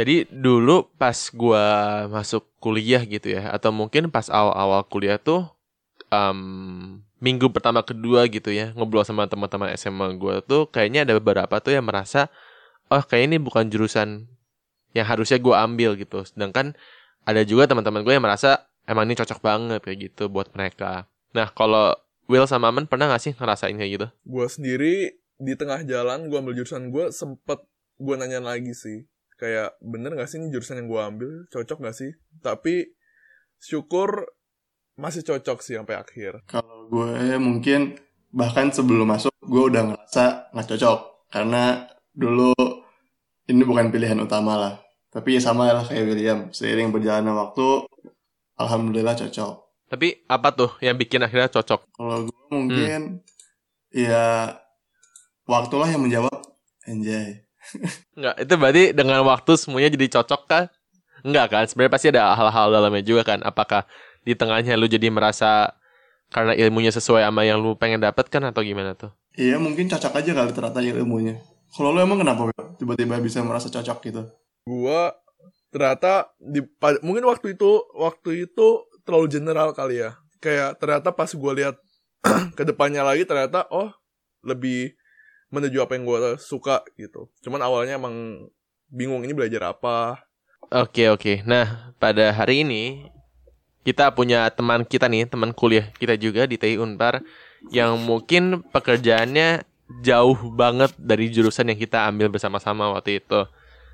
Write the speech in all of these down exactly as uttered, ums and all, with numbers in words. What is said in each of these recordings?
Jadi dulu pas gua masuk kuliah gitu ya, atau mungkin pas awal-awal kuliah tuh um, minggu pertama kedua gitu ya, ngobrol sama teman-teman S M A gua tuh kayaknya ada beberapa tuh yang merasa, oh kayaknya ini bukan jurusan yang harusnya gua ambil gitu. Sedangkan ada juga teman-teman gue yang merasa emang ini cocok banget kayak gitu buat mereka. Nah kalau Will sama Aman pernah gak sih ngerasain kayak gitu? Gue sendiri di tengah jalan gue ambil jurusan gue, sempet gue nanya lagi sih, kayak bener gak sih ini jurusan yang gue ambil, cocok gak sih? Tapi syukur masih cocok sih sampai akhir. Kalau gue mungkin bahkan sebelum masuk gue udah ngerasa gak cocok, karena dulu ini bukan pilihan utama lah. Tapi ya sama lah kayak William, seiring berjalannya waktu alhamdulillah cocok. Tapi apa tuh yang bikin akhirnya cocok? Kalau gue mungkin hmm. ya waktulah yang menjawab. Anjay. Enggak, itu berarti dengan waktu semuanya jadi cocok kan? Enggak kan? Sebenarnya pasti ada hal-hal dalamnya juga kan. Apakah di tengahnya lu jadi merasa karena ilmunya sesuai sama yang lu pengen dapet kan, atau gimana tuh? Iya, mungkin cocok aja kali ternyata ilmunya. Kalau lu emang kenapa tiba-tiba bisa merasa cocok gitu? Gua ternyata di, mungkin waktu itu waktu itu terlalu general kali ya. Kayak ternyata pas gue lihat ke depannya lagi, ternyata oh lebih menuju apa yang gue suka gitu. Cuman awalnya emang bingung ini belajar apa. Oke oke. Nah pada hari ini kita punya teman kita nih, teman kuliah kita juga di T I Unpar, yang mungkin pekerjaannya jauh banget dari jurusan yang kita ambil bersama-sama waktu itu.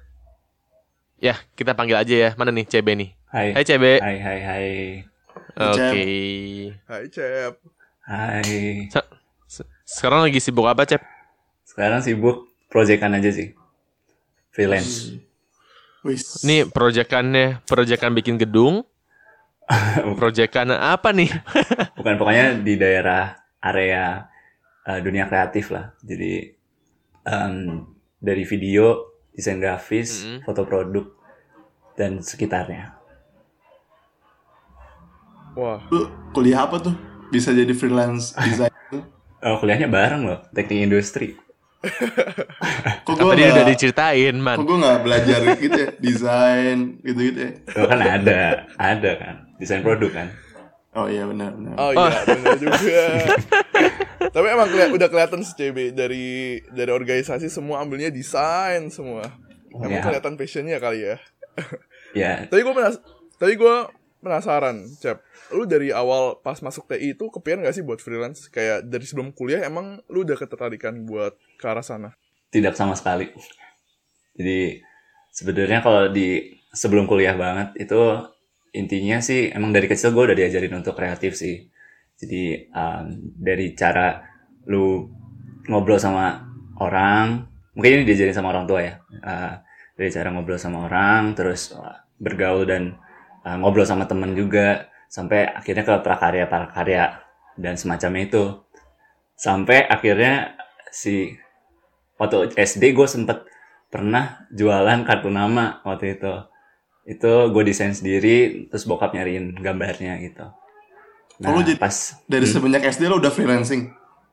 Ya, kita panggil aja ya. Mana nih C B nih? Hai. Hai C B. Hai hai hai. Oke. Okay. Hai Cep. Hai. Se- se- sekarang lagi sibuk apa, Cep? Sekarang sibuk proyekan aja sih. Freelance. Wis. Nih proyekannya, proyekan bikin gedung. Proyekan apa nih? Bukan, pokoknya di daerah area uh, dunia kreatif lah. Jadi um, dari video, desain grafis, mm-hmm. foto produk, dan sekitarnya. Wah. Lu kuliah apa tuh? Bisa jadi freelance design tuh? Oh, kuliahnya bareng loh, teknik industri. Kok gue tadi udah diceritain, man. Kok gue gak belajar gitu ya? Desain, gitu-gitu ya? Oh, kan ada, ada kan. Desain produk kan. Oh iya benar benar. Oh iya oh. benar juga. Tapi emang keli- udah kelihatan sih C B dari dari organisasi semua ambilnya desain semua. Emang ya. Kelihatan passionnya kali ya. Ya. Tapi gue penas- tapi gue penasaran, Cep. Lu dari awal pas masuk T I itu kepikiran gak sih buat freelance? Kayak dari sebelum kuliah emang lu udah ketertarikan buat ke arah sana? Tidak sama sekali. Jadi sebenarnya kalau di sebelum kuliah banget itu intinya sih emang dari kecil gue udah diajarin untuk kreatif sih. Jadi um, dari cara lu ngobrol sama orang, mungkin ini diajarin sama orang tua ya. Uh, dari cara ngobrol sama orang, terus uh, bergaul dan uh, ngobrol sama temen juga, sampai akhirnya ke prakarya-prakarya dan semacamnya itu. Sampai akhirnya si waktu S D gue sempet pernah jualan kartu nama waktu itu. Itu gue desain sendiri, terus bokap nyariin gambarnya gitu. Nah, oh, jadi pas dari hmm, semenjak S D lo udah freelancing?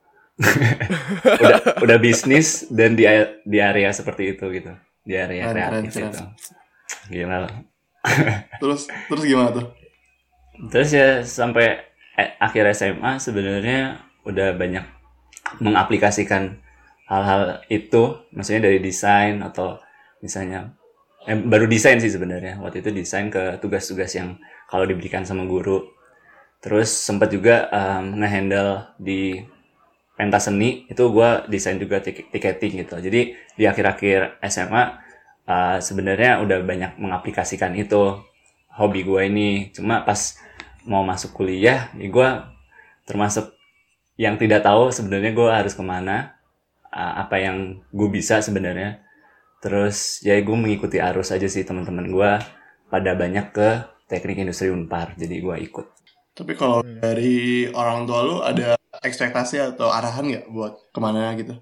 udah udah bisnis dan di di area seperti itu gitu, di area keren, kreatif keren, itu. Gila. terus terus gimana tuh? Terus ya sampai akhir S M A sebenarnya udah banyak mengaplikasikan hal-hal itu, maksudnya dari desain atau misalnya Eh, baru desain sih sebenarnya. Waktu itu desain ke tugas-tugas yang kalau diberikan sama guru. Terus sempat juga um, nge-handle di pentas seni, itu gue desain juga tik- tiketing gitu. Jadi di akhir-akhir S M A uh, sebenarnya udah banyak mengaplikasikan itu hobi gue ini. Cuma pas mau masuk kuliah, ya gue termasuk yang tidak tahu sebenarnya gue harus kemana, uh, apa yang gue bisa sebenarnya. Terus ya gue mengikuti arus aja sih, teman-teman gue pada banyak ke teknik industri Unpar, jadi gue ikut. Tapi kalau hmm. dari orang tua lu ada ekspektasi atau arahan nggak buat kemana gitu?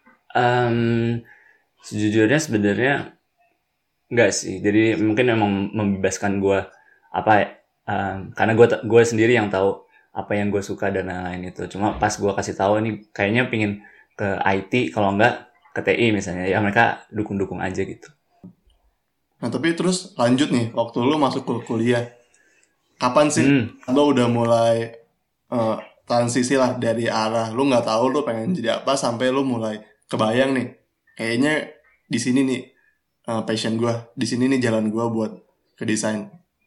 Um, sejujurnya sebenarnya nggak sih, jadi mungkin memang membebaskan gue apa, um, karena gue gue sendiri yang tahu apa yang gue suka dan lain-lain itu. Cuma pas gue kasih tahu ini kayaknya pingin ke I T, kalau enggak ke T I misalnya, ya mereka dukung-dukung aja gitu. Nah tapi terus lanjut nih, waktu lu masuk ke kuliah, kapan sih Hmm. lo udah mulai uh, transisi lah dari arah lu nggak tahu lu pengen jadi apa sampai lu mulai kebayang nih, kayaknya di sini nih uh, passion gue, di sini nih jalan gue buat ke desain.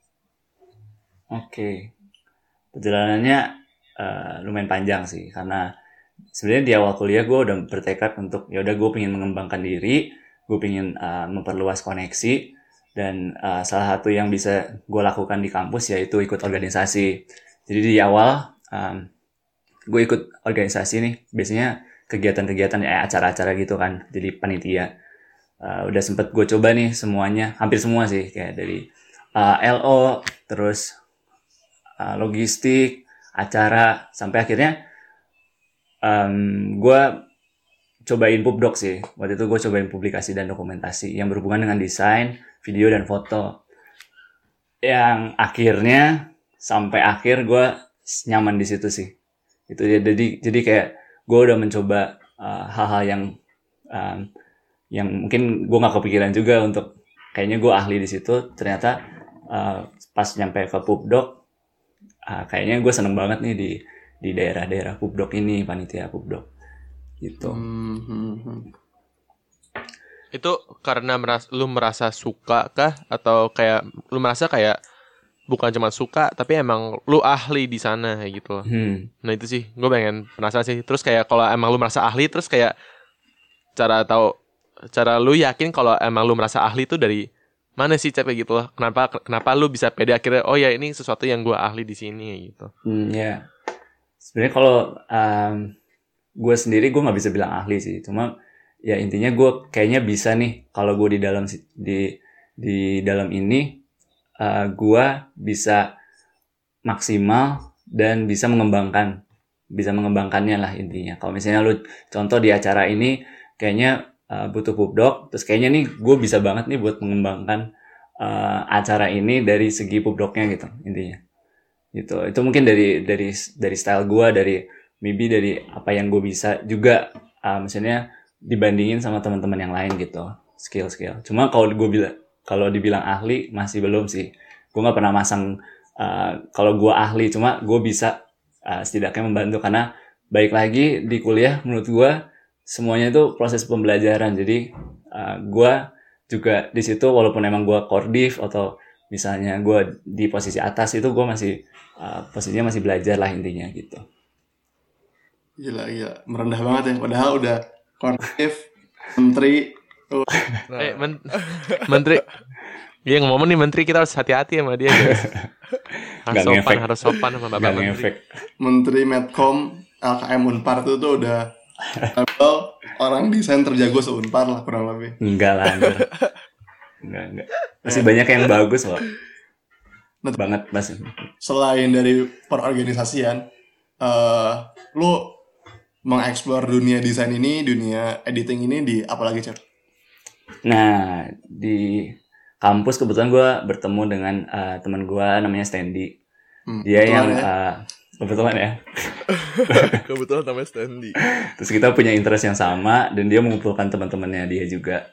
Oke, perjalanannya uh, lumayan panjang sih, karena sebenarnya di awal kuliah gue udah bertekad untuk ya udah gue pengen mengembangkan diri, gue pengen uh, memperluas koneksi, dan uh, salah satu yang bisa gue lakukan di kampus yaitu ikut organisasi. Jadi di awal um, gue ikut organisasi nih, biasanya kegiatan-kegiatan ya acara-acara gitu kan, jadi panitia. Uh, udah sempet gue coba nih semuanya, hampir semua sih, kayak dari uh, L O, terus uh, logistik, acara, sampai akhirnya um, gue cobain pubdoc sih. Waktu itu gue cobain publikasi dan dokumentasi yang berhubungan dengan desain, video, dan foto. Yang akhirnya sampai akhir gue nyaman di situ sih. Itu jadi jadi kayak gue udah mencoba uh, hal-hal yang um, yang mungkin gue nggak kepikiran juga untuk kayaknya gue ahli di situ. Ternyata uh, pas nyampe ke pubdoc, uh, kayaknya gue seneng banget nih di di daerah-daerah pubdoc ini, panitia pubdoc gitu. Hmm, hmm, hmm. Itu karena meras- lu merasa suka kah? Atau kayak lu merasa kayak bukan cuma suka, tapi emang lu ahli di sana kayak gitu loh. Hmm. Nah itu sih, gue pengen penasaran sih. Terus kayak kalau emang lu merasa ahli, terus kayak cara tahu, cara lu yakin kalau emang lu merasa ahli itu dari mana sih, Cep, kayak gitu loh. Kenapa kenapa lu bisa pede akhirnya, oh ya ini sesuatu yang gue ahli di sini gitu. Hmm, ya. Sebenarnya kalau um, gue sendiri gue nggak bisa bilang ahli sih, cuma ya intinya gue kayaknya bisa nih kalau gue di dalam di di dalam ini uh, gue bisa maksimal dan bisa mengembangkan bisa mengembangkannya lah intinya. Kalau misalnya lu contoh di acara ini kayaknya uh, butuh pubdoc, terus kayaknya nih gue bisa banget nih buat mengembangkan uh, acara ini dari segi pubdocnya gitu intinya. Gitu. Itu mungkin dari dari dari style gue, dari maybe dari apa yang gue bisa juga, uh, maksudnya dibandingin sama teman-teman yang lain gitu, skill-skill. Cuma kalau gue bilang kalau dibilang ahli masih belum sih. Gue nggak pernah masang uh, kalau gue ahli, cuma gue bisa uh, setidaknya membantu, karena baik lagi di kuliah menurut gue semuanya itu proses pembelajaran. Jadi uh, gue juga di situ walaupun emang gue kordif atau misalnya gue di posisi atas, itu gue masih uh, posisinya masih belajar lah intinya gitu. Gila, gila. Merendah banget ya. Padahal udah kordif, menteri. Oh. Nah, Eh, men- menteri. Iya ngomong nih menteri, kita harus hati-hati sama dia guys. Harus Nggak sopan, ngefek. harus sopan sama Bapak Gak Menteri. ngefek. Menteri Medcom L K M Unpar itu tuh udah level orang desain terjago se-Unpar lah kurang lebih. Enggak lah, enggak. Enggak, enggak. Masih banyak yang bagus loh. Betul. Banget masih. Selain dari perorganisasian, uh, lu mengeksplor dunia desain ini, dunia editing ini di apa lagi, Cep? Nah, di kampus kebetulan gue bertemu dengan uh, teman gue namanya Standy. Hmm, Dia kebetulan yang ya. uh, kebetulan ya. kebetulan namanya Standy. Terus kita punya interest yang sama dan dia mengumpulkan teman-temannya dia juga.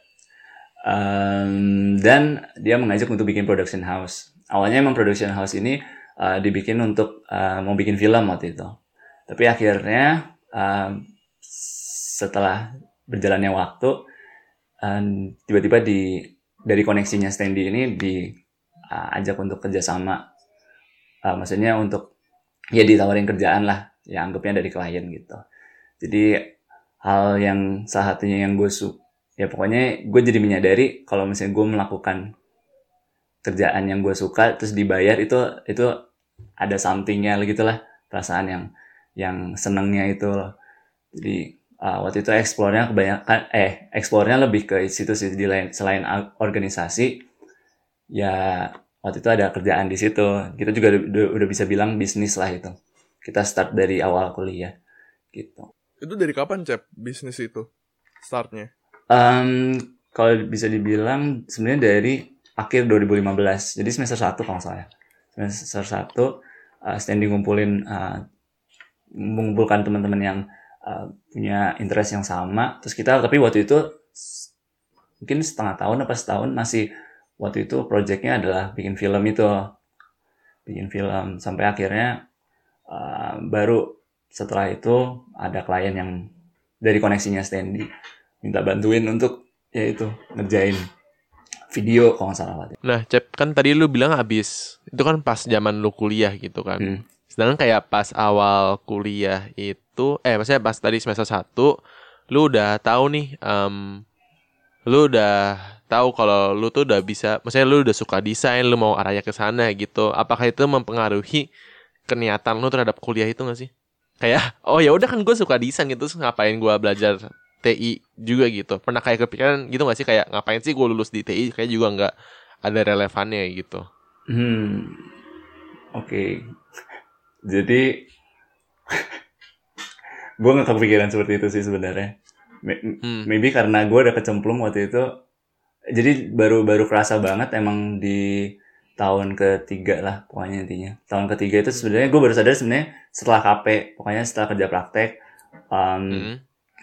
Um, dan dia mengajak untuk bikin production house. Awalnya emang production house ini uh, dibikin untuk uh, mau bikin film waktu itu. Tapi akhirnya uh, setelah berjalannya waktu, uh, tiba-tiba di dari koneksinya Standy ini diajak uh, untuk kerjasama. Uh, maksudnya untuk ya ditawarin kerjaan lah, ya anggapnya dari klien gitu. Jadi hal yang salah satunya yang gue suka, ya pokoknya gue jadi menyadari kalau misalnya gue melakukan kerjaan yang gue suka terus dibayar, itu itu ada somethingnya gitu lah, perasaan yang yang senengnya itu loh. Jadi uh, waktu itu eksplornya kebanyakan eh eksplornya lebih ke situ sih, di lain selain organisasi ya. Waktu itu ada kerjaan di situ, kita juga udah, udah bisa bilang bisnis lah itu. Kita start dari awal kuliah gitu. Itu dari kapan, Cep, bisnis itu startnya? Um, kalau bisa dibilang sebenarnya dari akhir dua ribu lima belas. Jadi semester satu kalau nggak salah. Semester satu uh, Standy ngumpulin uh, mengumpulkan teman-teman yang uh, punya interest yang sama. Terus kita tapi waktu itu mungkin setengah tahun apa setahun masih waktu itu projectnya adalah bikin film itu, bikin film sampai akhirnya uh, baru setelah itu ada klien yang dari koneksinya Standy minta bantuin untuk ya itu ngerjain video kalau nggak salah waktu. Nah, Cep, kan tadi lu bilang habis itu kan pas zaman lu kuliah gitu kan. Hmm. Sedangkan kayak pas awal kuliah itu, eh maksudnya pas tadi semester satu, lu udah tahu nih, um, lu udah tahu kalau lu tuh udah bisa, maksudnya lu udah suka desain, lu mau arahnya ke sana gitu. Apakah itu mempengaruhi keniatan lu terhadap kuliah itu nggak sih? Kayak, oh ya udah kan gue suka desain gitu, terus ngapain gue belajar T I juga gitu. Pernah kayak kepikiran gitu gak sih? Kayak ngapain sih gue lulus di T I? Kayak juga gak ada relevannya gitu. Hmm, oke. Okay. Jadi gue gak kepikiran seperti itu sih sebenarnya. hmm. Maybe karena gue udah kecemplung waktu itu. Jadi baru-baru kerasa banget emang di tahun ketiga lah pokoknya intinya. Tahun ketiga itu sebenarnya gue baru sadar sebenarnya setelah K P. Pokoknya setelah kerja praktek. Um, Hmm.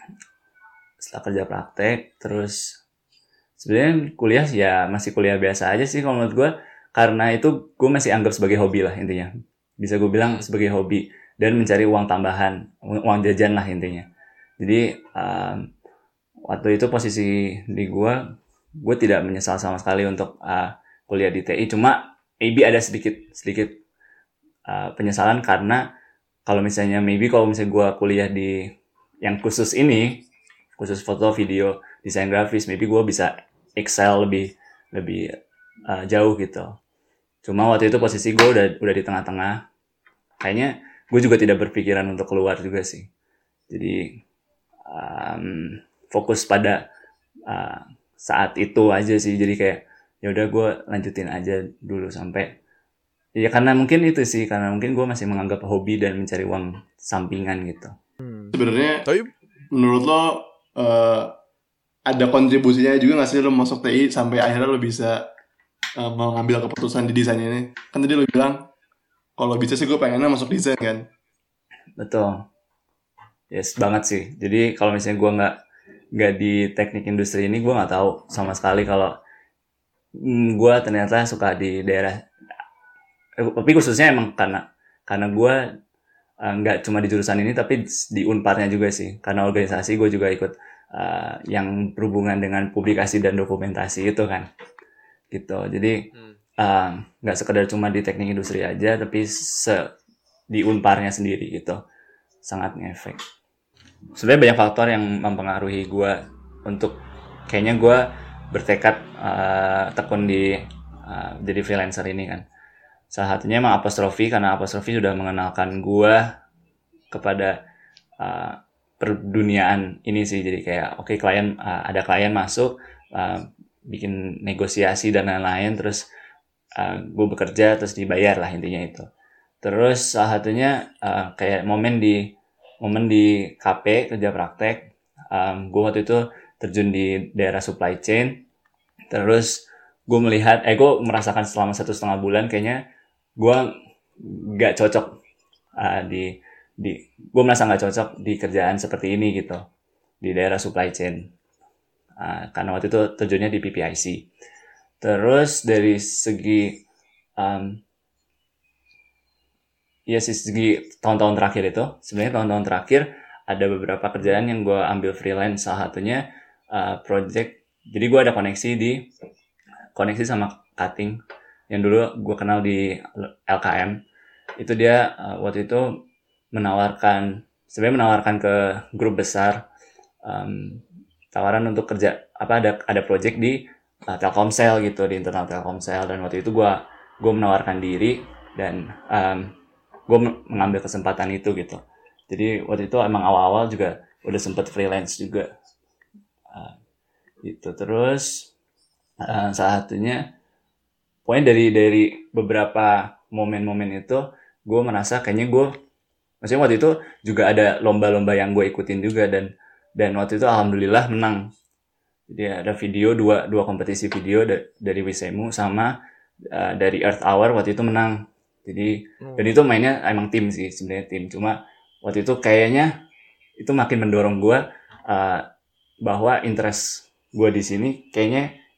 Setelah kerja praktek, terus sebenarnya kuliah ya masih kuliah biasa aja sih kalau menurut gue, karena itu gue masih anggap sebagai hobi lah intinya, bisa gue bilang sebagai hobi dan mencari uang tambahan, uang jajan lah intinya. Jadi um, waktu itu posisi di gue, gue tidak menyesal sama sekali untuk uh, kuliah di T I, cuma maybe ada sedikit sedikit uh, penyesalan karena kalau misalnya maybe kalau misalnya gue kuliah di yang khusus ini, khusus foto, video, desain grafis, maybe gue bisa excel lebih lebih uh, jauh gitu. Cuma waktu itu posisi gue udah udah di tengah-tengah. Kayaknya gue juga tidak berpikiran untuk keluar juga sih. Jadi um, fokus pada uh, saat itu aja sih. Jadi kayak ya udah gue lanjutin aja dulu sampai ya karena mungkin itu sih karena mungkin gue masih menganggap hobi dan mencari uang sampingan gitu. Hmm. Sebenarnya Tapi menurut lo Uh, ada kontribusinya juga nggak sih lo masuk T I sampai akhirnya lo bisa uh, mengambil keputusan di desain ini? Kan tadi lo bilang kalau bisa sih gue pengennya masuk desain kan? Betul, yes banget sih. Jadi kalau misalnya gue nggak nggak di teknik industri ini, gue nggak tahu sama sekali kalau mm, gue ternyata suka di daerah. Eh, tapi khususnya emang karena karena gue nggak uh, cuma di jurusan ini tapi di Unparnya juga sih, karena organisasi gue juga ikut uh, yang berhubungan dengan publikasi dan dokumentasi itu kan gitu. Jadi nggak uh, sekedar cuma di teknik industri aja tapi se di Unparnya sendiri gitu sangat ngefek. Sebenarnya banyak faktor yang mempengaruhi gue untuk kayaknya gue bertekad uh, tekun di uh, jadi freelancer ini kan. Salah satunya emang Apostrofi, karena Apostrofi sudah mengenalkan gue kepada uh, perduniaan ini sih. Jadi kayak oke okay, klien uh, ada klien masuk uh, bikin negosiasi dan lain-lain, terus uh, gue bekerja terus dibayar lah intinya itu. Terus salah satunya uh, kayak momen di momen di K P kerja praktek, um, gue waktu itu terjun di daerah supply chain. Terus gue melihat, eh gue merasakan selama satu setengah bulan kayaknya gue nggak cocok uh, di di gue merasa nggak cocok di kerjaan seperti ini gitu di daerah supply chain uh, karena waktu itu terjunnya di P P I C. Terus dari segi um, ya sih segi tahun-tahun terakhir itu sebenarnya tahun-tahun terakhir ada beberapa kerjaan yang gue ambil freelance, salah satunya uh, project. Jadi gue ada koneksi di koneksi sama cutting yang dulu gue kenal di L K M. Itu dia uh, waktu itu menawarkan, sebenarnya menawarkan ke grup besar um, tawaran untuk kerja apa ada ada project di uh, Telkomsel gitu, di internal Telkomsel. Dan waktu itu gue gue menawarkan diri dan um, gue mengambil kesempatan itu gitu. Jadi waktu itu emang awal-awal juga udah sempet freelance juga uh, gitu. Terus uh, salah satunya pokoknya dari dari beberapa momen-momen itu gue merasa kayaknya gue, maksudnya waktu itu juga ada lomba-lomba yang gue ikutin juga dan dan waktu itu alhamdulillah menang. Jadi ada video dua dua kompetisi video da, dari Wisemu sama uh, dari Earth Hour waktu itu menang. Jadi hmm. dan itu mainnya emang tim sih sebenarnya tim. Cuma waktu itu kayaknya itu makin mendorong gue uh, bahwa interest gue di sini kayaknya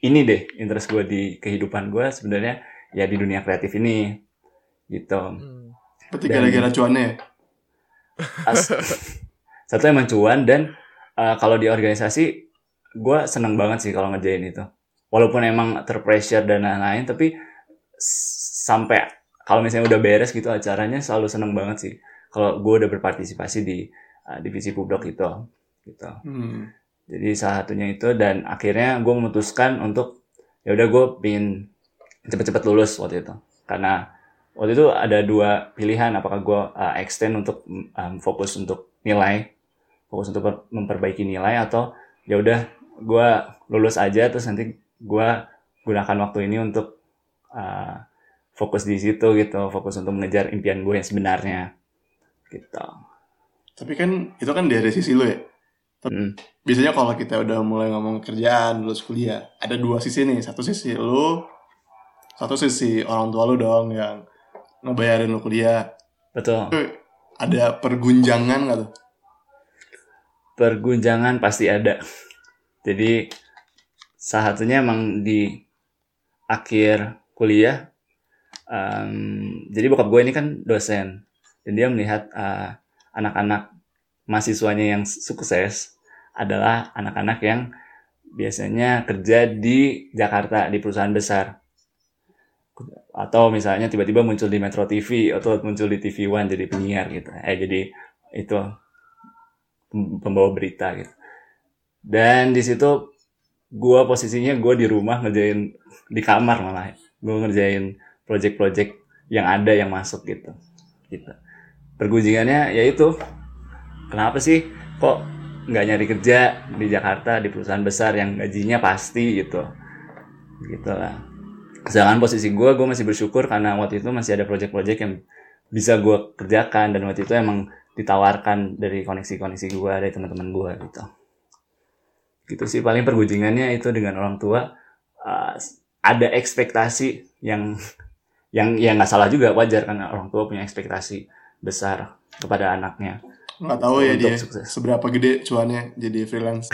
ini deh interest gue di kehidupan gue sebenarnya ya di dunia kreatif ini gitu. Hmm. Berarti Dan- gara-gara cuannya ya? As- satu emang cuan dan uh, kalau di organisasi gue seneng banget sih kalau ngerjain itu walaupun emang terpressure dan lain-lain tapi s- sampai kalau misalnya udah beres gitu acaranya selalu seneng banget sih kalau gue udah berpartisipasi di uh, divisi publik itu gitu. Hmm. Jadi salah satunya itu dan akhirnya gue memutuskan untuk ya udah gue pengen cepet-cepet lulus waktu itu karena waktu itu ada dua pilihan apakah gue uh, extend untuk um, fokus untuk nilai fokus untuk per- memperbaiki nilai atau ya udah gue lulus aja terus nanti gue gunakan waktu ini untuk uh, fokus di situ gitu fokus untuk mengejar impian gue yang sebenarnya gitu. Tapi kan itu kan dari sisi lu ya. Mm. Biasanya kalau kita udah mulai ngomong kerjaan, lulus kuliah, ada dua sisi nih. Satu sisi lu, satu sisi orang tua lu dong yang ngebayarin lu kuliah. Betul. Ada pergunjangan nggak tuh? Pergunjangan pasti ada. Jadi salah satunya emang di akhir kuliah. Um, jadi bokap gue ini kan dosen dan dia melihat uh, anak-anak mahasiswanya yang sukses adalah anak-anak yang biasanya kerja di Jakarta di perusahaan besar atau misalnya tiba-tiba muncul di Metro T V atau muncul di T V One jadi penyiar gitu eh jadi itu pembawa berita gitu dan di situ gue posisinya gue di rumah ngerjain di kamar malah gue ngerjain project-project yang ada yang masuk gitu gitu pergunjingannya yaitu kenapa sih kok nggak nyari kerja di Jakarta di perusahaan besar yang gajinya pasti gitu gitu lah. Sedangkan posisi gue gue masih bersyukur karena waktu itu masih ada project-project yang bisa gue kerjakan dan waktu itu emang ditawarkan dari koneksi-koneksi gue dari teman-teman gue gitu gitu sih paling pergunjingannya itu dengan orang tua uh, ada ekspektasi yang yang yang nggak salah juga wajar karena orang tua punya ekspektasi besar kepada anaknya. Nggak tahu ya Untuk dia sukses. seberapa gede cuannya jadi freelance.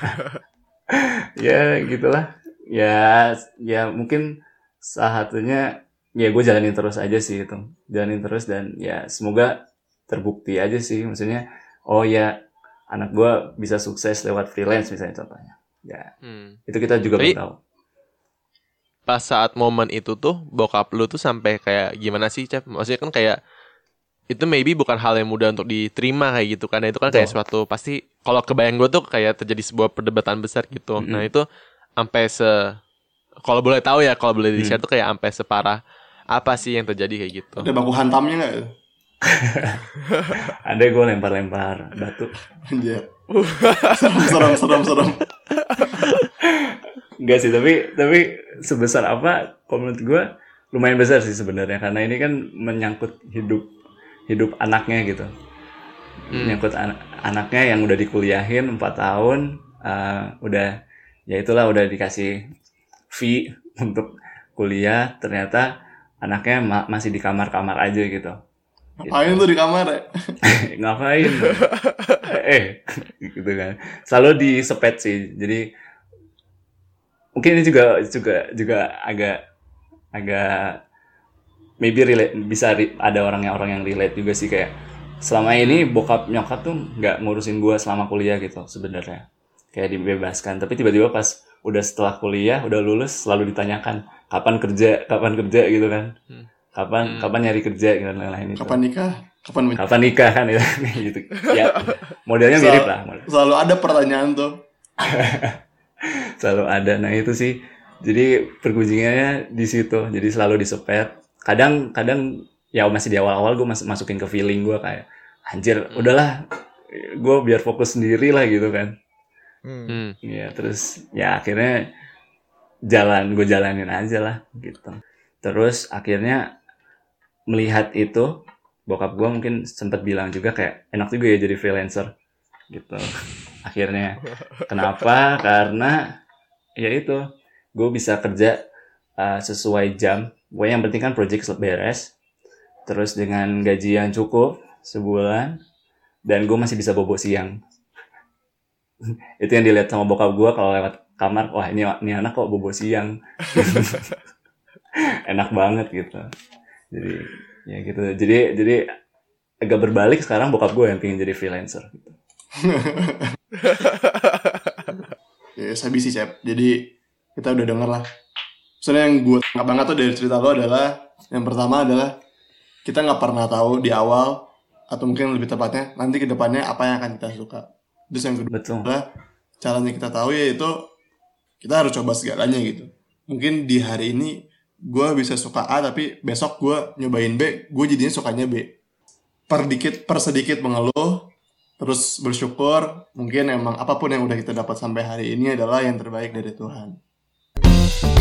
Ya gitulah ya ya mungkin salah satunya ya gue jalanin terus aja sih itu jalanin terus dan ya semoga terbukti aja sih maksudnya oh ya anak gue bisa sukses lewat freelance misalnya contohnya ya Hmm. itu kita juga Tapi- belum tahu. Pas saat momen itu tuh bokap lu tuh sampai kayak gimana sih, Cep? Maksudnya kan kayak itu maybe bukan hal yang mudah untuk diterima kayak gitu karena itu kan kayak Betul. suatu pasti kalau kebayang gue tuh kayak terjadi sebuah perdebatan besar gitu. Mm-mm. Nah, itu sampai se kalau boleh tahu ya, kalau boleh di-share Hmm. tuh kayak sampai separah apa sih yang terjadi kayak gitu. Ada baku hantamnya nggak? Ada gue lempar-lempar batu. Anjir. Serem, serem, serem, serem. Enggak sih, tapi tapi sebesar apa kalau menurut gue lumayan besar sih sebenarnya karena ini kan menyangkut hidup hidup anaknya gitu. Hmm. Menyangkut an- anaknya yang udah dikuliahin empat tahun, uh, udah ya itulah udah dikasih fee untuk kuliah, ternyata anaknya ma- masih di kamar-kamar aja gitu. Ngapain tuh di kamar ya? Ngapain? eh, gitu kan. Selalu disepet sih. Jadi mungkin ini juga juga juga agak agak maybe relate bisa re- ada orang yang orang yang relate juga sih kayak selama ini bokap nyokap tuh nggak ngurusin gue selama kuliah gitu sebenarnya kayak dibebaskan tapi tiba-tiba pas udah setelah kuliah udah lulus selalu ditanyakan kapan kerja kapan kerja gitu kan Hmm. kapan Hmm. kapan nyari kerja gitu dan lain-lain itu Kapan nikah? Kapan menikah? kapan nikah kan ya gitu ya modelnya mirip lah model. Selalu ada pertanyaan tuh. Selalu ada. Nah itu sih. Jadi pergunjingannya di situ. Jadi selalu disepet. Kadang kadang ya masih di awal-awal gue mas- masukin ke feeling gue kayak anjir, udahlah. Gue biar fokus sendiri lah gitu kan. Hmm. Hmm. Ya terus ya akhirnya jalan gue jalanin aja lah gitu. Terus akhirnya melihat itu bokap gue mungkin sempat bilang juga kayak enak juga ya jadi freelancer gitu. Akhirnya kenapa? Karena ya itu gue bisa kerja uh, sesuai jam. Gue yang penting kan project beres. Terus dengan gaji yang cukup sebulan dan gue masih bisa bobo siang. Itu yang dilihat sama bokap gue kalau lewat kamar, wah ini ini anak kok bobo siang. Enak banget gitu. Jadi ya gitu. Jadi jadi agak berbalik sekarang bokap gue yang pengen jadi freelancer gitu. Ya, sabi sih, Cep. Jadi kita udah denger lah. Soalnya yang gue tangkap banget tuh dari cerita lo adalah, yang pertama adalah kita nggak pernah tahu di awal, atau mungkin lebih tepatnya nanti ke depannya apa yang akan kita suka. Terus yang kedua Betul. adalah caranya kita tahu yaitu kita harus coba segalanya gitu. Mungkin di hari ini gue bisa suka A, tapi besok gue nyobain B, gue jadinya sukanya B. Per dikit, per sedikit mengeluh, terus bersyukur. Mungkin emang apapun yang udah kita dapat sampai hari ini adalah yang terbaik dari Tuhan.